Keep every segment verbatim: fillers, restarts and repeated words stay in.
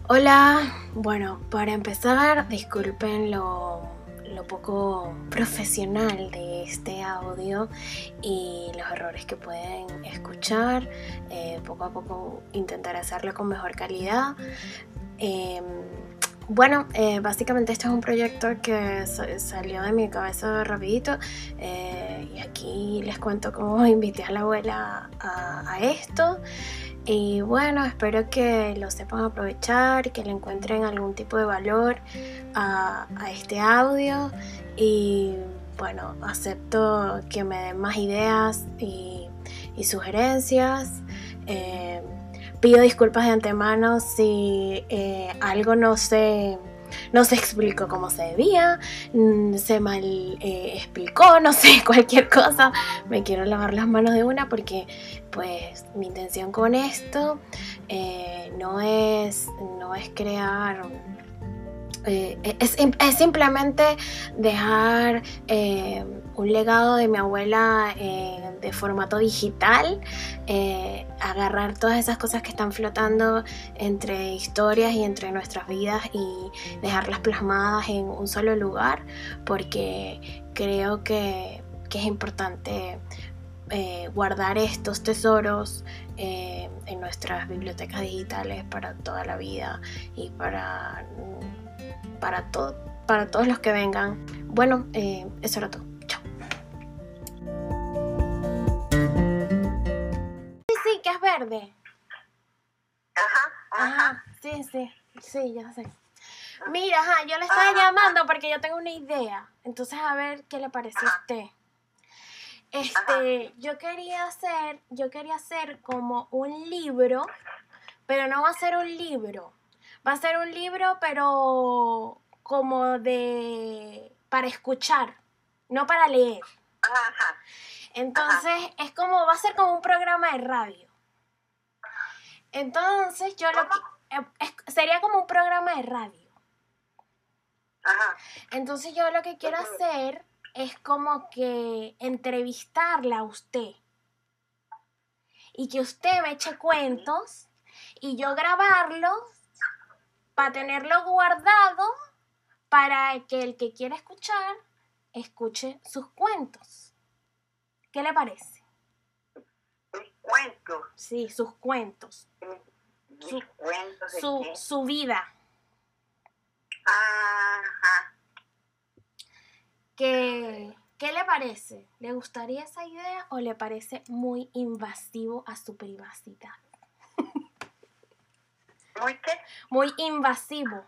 Hola, bueno, para empezar, disculpen lo, lo poco profesional de este audio y los errores que pueden escuchar. Eh, poco a poco intentaré hacerlo con mejor calidad. Eh, bueno, eh, básicamente este es un proyecto que salió de mi cabeza rapidito eh, y aquí les cuento cómo invité a la abuela a, a esto. Y bueno, espero que lo sepan aprovechar, que le encuentren algún tipo de valor a, a este audio. Y bueno, acepto que me den más ideas y, y sugerencias. Eh, pido disculpas de antemano si eh, algo no se... No se explicó como se debía, se mal eh, explicó, no sé, cualquier cosa. Me quiero lavar las manos de una porque pues mi intención con esto eh, no es, no es crear... Eh, es, es simplemente dejar eh, un legado de mi abuela eh, de formato digital, eh, agarrar todas esas cosas que están flotando entre historias y entre nuestras vidas y dejarlas plasmadas en un solo lugar, porque creo que, que es importante eh, guardar estos tesoros eh, en nuestras bibliotecas digitales para toda la vida y para... Para, todo, para todos los que vengan. Bueno, eh, eso era todo. Chao. Sí, sí, que es verde. Ajá, ajá. Ajá, sí, sí, sí, ya sé. Mira, ajá, yo le estaba ajá. llamando porque yo tengo una idea. Entonces, a ver qué le parece ajá. a usted. Este, ajá. yo quería hacer, yo quería hacer como un libro, pero no va a ser un libro. Va a ser un libro, pero como de... para escuchar, no para leer. Ajá. Entonces, Ajá. es como... va a ser como un programa de radio. Entonces, yo lo que... Es, sería como un programa de radio. Ajá. Entonces, yo lo que quiero hacer es como que entrevistarla a usted. Y que usted me eche cuentos y yo grabarlos para tenerlo guardado para que el que quiera escuchar, escuche sus cuentos. ¿Qué le parece? ¿Sus cuentos? Sí, sus cuentos. ¿Mis su, cuentos de su, qué? su vida. Ajá. ¿Qué, ¿Qué le parece? ¿Le gustaría esa idea o le parece muy invasivo a su privacidad? ¿Muy qué? Muy invasivo.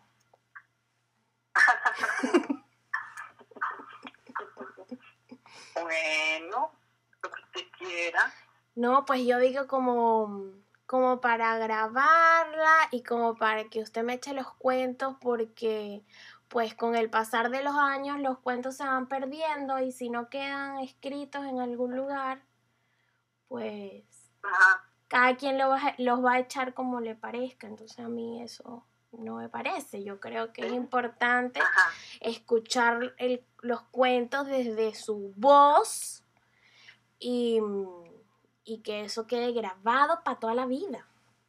Bueno, lo que usted quiera. No, pues yo digo como, como para grabarla y como para que usted me eche los cuentos, porque pues con el pasar de los años los cuentos se van perdiendo y si no quedan escritos en algún lugar, pues Ajá. cada quien lo va, los va a echar como le parezca. Entonces a mí eso no me parece. Yo creo que es importante Ajá. escuchar el, los cuentos desde su voz y, y que eso quede grabado para toda la vida.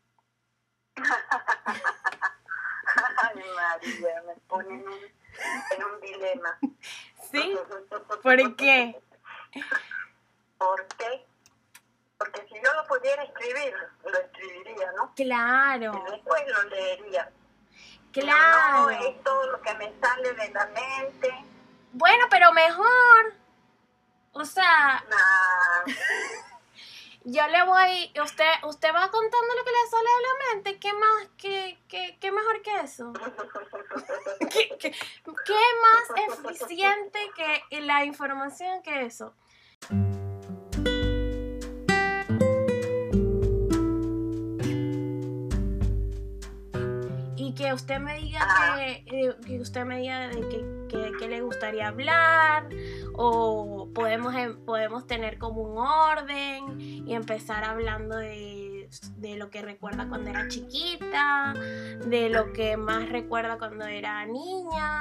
Ay, María, me pone en un, en un dilema. ¿Sí? ¿Por qué? ¿Por qué? Porque si yo lo pudiera escribir, lo escribiría, ¿no? Claro. Y después lo leería. Claro. No, es todo lo que me sale de la mente. Bueno, pero mejor. O sea... Nah. Yo le voy... Usted usted va contando lo que le sale de la mente. ¿Qué más? ¿Qué, qué, qué mejor que eso? ¿Qué, qué, ¿Qué más eficiente que la información que eso? Y que usted me diga que, que usted me diga de que, que, que le gustaría hablar, o podemos, podemos tener como un orden y empezar hablando de, de lo que recuerda cuando era chiquita, de lo que más recuerda cuando era niña,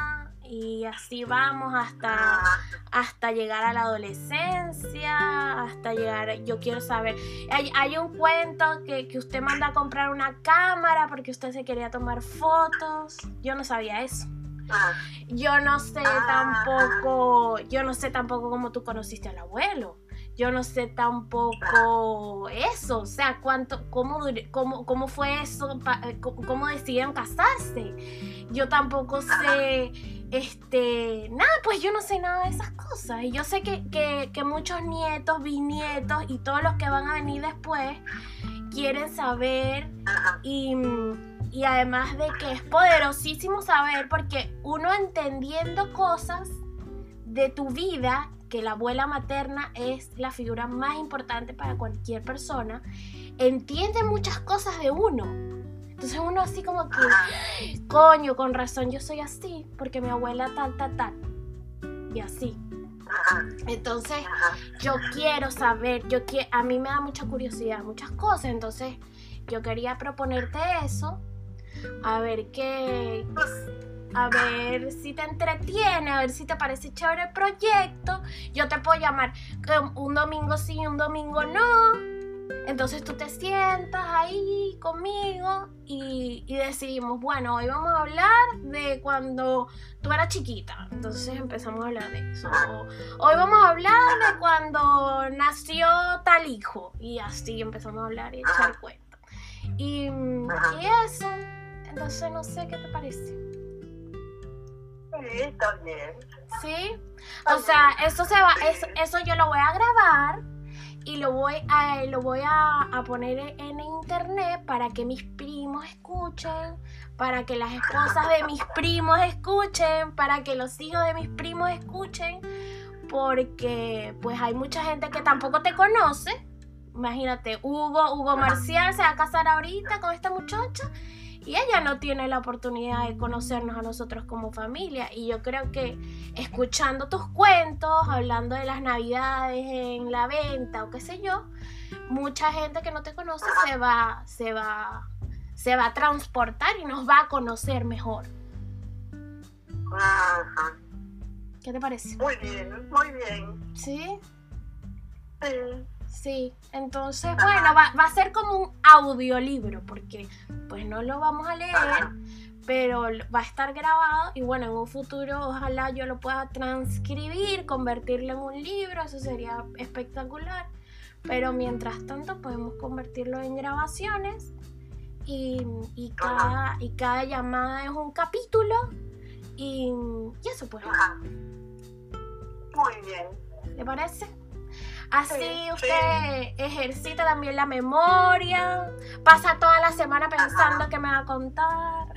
Y así vamos hasta, hasta llegar a la adolescencia, hasta llegar, yo quiero saber, hay, hay un cuento que, que usted manda a comprar una cámara porque usted se quería tomar fotos, yo no sabía eso. Yo no sé tampoco, yo no sé tampoco cómo tú conociste al abuelo. Yo no sé tampoco eso, o sea, cuánto, cómo, cómo, cómo fue eso, cómo decidieron casarse. Yo tampoco sé, este, nada, pues yo no sé nada de esas cosas. Y yo sé que, que, que muchos nietos, bisnietos y todos los que van a venir después quieren saber y, y además de que es poderosísimo saber porque uno entendiendo cosas de tu vida, que la abuela materna es la figura más importante para cualquier persona, entiende muchas cosas de uno. Entonces uno así como que, coño, con razón yo soy así, porque mi abuela tal, tal, tal, y así. Entonces yo quiero saber, yo quiero, a mí me da mucha curiosidad, muchas cosas, entonces yo quería proponerte eso, a ver qué... A ver si te entretiene, a ver si te parece chévere el proyecto. Yo te puedo llamar un domingo sí, un domingo no. Entonces tú te sientas ahí conmigo y, y decidimos, bueno, hoy vamos a hablar de cuando tú eras chiquita. Entonces empezamos a hablar de eso. Hoy vamos a hablar de cuando nació tal hijo. Y así empezamos a hablar y echar cuenta. Y, y eso. Entonces no sé qué te parece. Sí, está bien. ¿Sí? O sea, eso se va, eso, eso yo lo voy a grabar y lo voy a, lo voy a, a poner en internet para que mis primos escuchen, para que las esposas de mis primos escuchen, para que los hijos de mis primos escuchen, porque pues hay mucha gente que tampoco te conoce. Imagínate, Hugo, Hugo Marcial se va a casar ahorita con esta muchacha. Y ella no tiene la oportunidad de conocernos a nosotros como familia. Y yo creo que escuchando tus cuentos, hablando de las navidades en la venta o qué sé yo, mucha gente que no te conoce se va, se va, se va a transportar y nos va a conocer mejor. Ajá. ¿Qué te parece? Muy bien, muy bien. ¿Sí? Sí. Sí, entonces, bueno, va, va a ser como un audiolibro, porque pues no lo vamos a leer, pero va a estar grabado y bueno, en un futuro ojalá yo lo pueda transcribir, convertirlo en un libro, eso sería espectacular, pero mientras tanto podemos convertirlo en grabaciones y, y, cada, y cada llamada es un capítulo y, y eso pues. Muy bien. ¿Le parece? Así sí, usted sí. ejercita también la memoria, pasa toda la semana pensando Ajá. que me va a contar.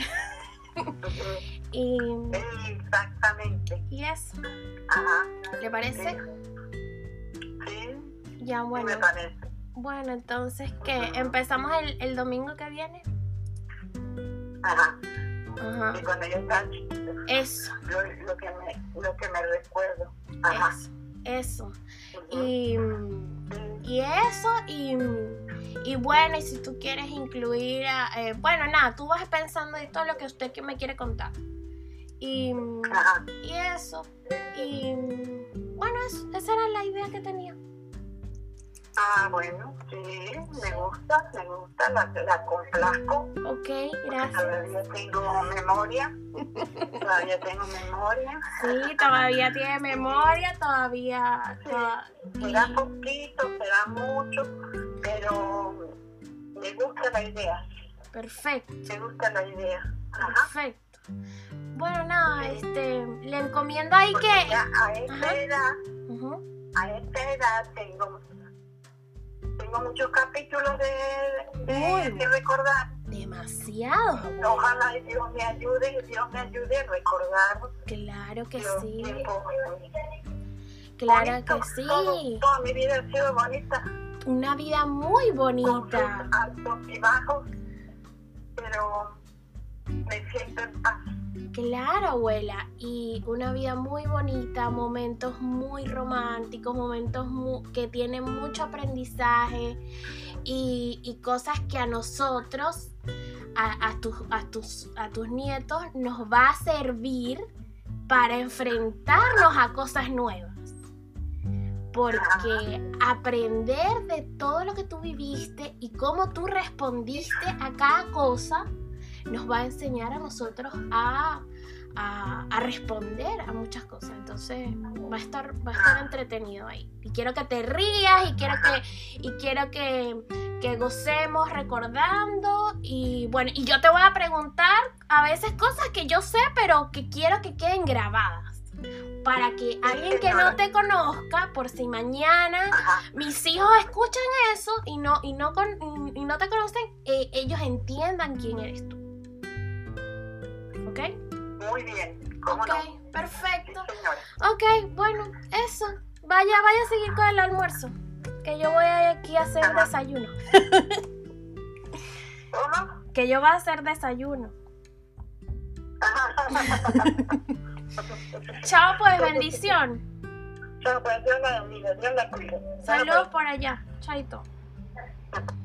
y, Exactamente. Y eso. Ajá. ¿Le parece? Sí. Ya, bueno. Sí me parece. Bueno, entonces, ¿qué? ¿Empezamos el, el domingo que viene? Ajá. Ajá. Y cuando yo estaba chiquita. Eso. Lo, lo, que me, lo que me recuerdo. Ajá. Eso. Eso. Uh-huh. Y, y eso, y, y bueno, y si tú quieres incluir, a, eh, bueno, nada, tú vas pensando en todo lo que usted me quiere contar. Y, uh-huh. y eso, y bueno, eso, esa era la idea que tenía. Ah, bueno, sí, me gusta, me gusta, la, la complazco. Ok, gracias. Todavía tengo memoria, todavía tengo memoria. Sí, todavía tiene memoria, todavía... Sí, toda... será poquito, será mucho, pero me gusta la idea. Perfecto. Me gusta la idea. Ajá. Perfecto. Bueno, nada, este, le encomiendo ahí Porque que... ya a esta Ajá. edad, Uh-huh. a esta edad tengo... Tengo muchos capítulos de, de, de recordar. Demasiado. Abuela. Ojalá Dios me ayude, Dios me ayude a recordar. Claro que Dios, sí. Tiempo, claro bonito, que sí. Todo, toda mi vida ha sido bonita. Una vida muy bonita. Con sus altos y bajos, pero me siento en paz. Claro, abuela, y una vida muy bonita, momentos muy románticos, momentos muy, que tienen mucho aprendizaje y, y cosas que a nosotros, a, a, tus, a, tus, a tus nietos, nos va a servir para enfrentarnos a cosas nuevas. Porque aprender de todo lo que tú viviste y cómo tú respondiste a cada cosa nos va a enseñar a nosotros a, a, a responder a muchas cosas. Entonces va a estar, va a estar entretenido ahí. Y quiero que te rías y quiero que, y quiero que, que gocemos recordando. Y bueno, y yo te voy a preguntar a veces cosas que yo sé, pero que quiero que queden grabadas. Para que alguien que no te conozca, por si mañana mis hijos escuchan eso y no, y no, con, y no te conocen, eh, ellos entiendan quién eres tú. ¿Ok? Muy bien. ¿Cómo ok, no? perfecto. Sí, señora. Ok, bueno, eso. Vaya, vaya a seguir con el almuerzo. Que yo voy aquí a hacer Ajá. desayuno. ¿Cómo? Que yo voy a hacer desayuno. Chao, pues, bendición. Chao, pues, Dios la bendiga, Dios la cuide. Saludos por allá. Chaito.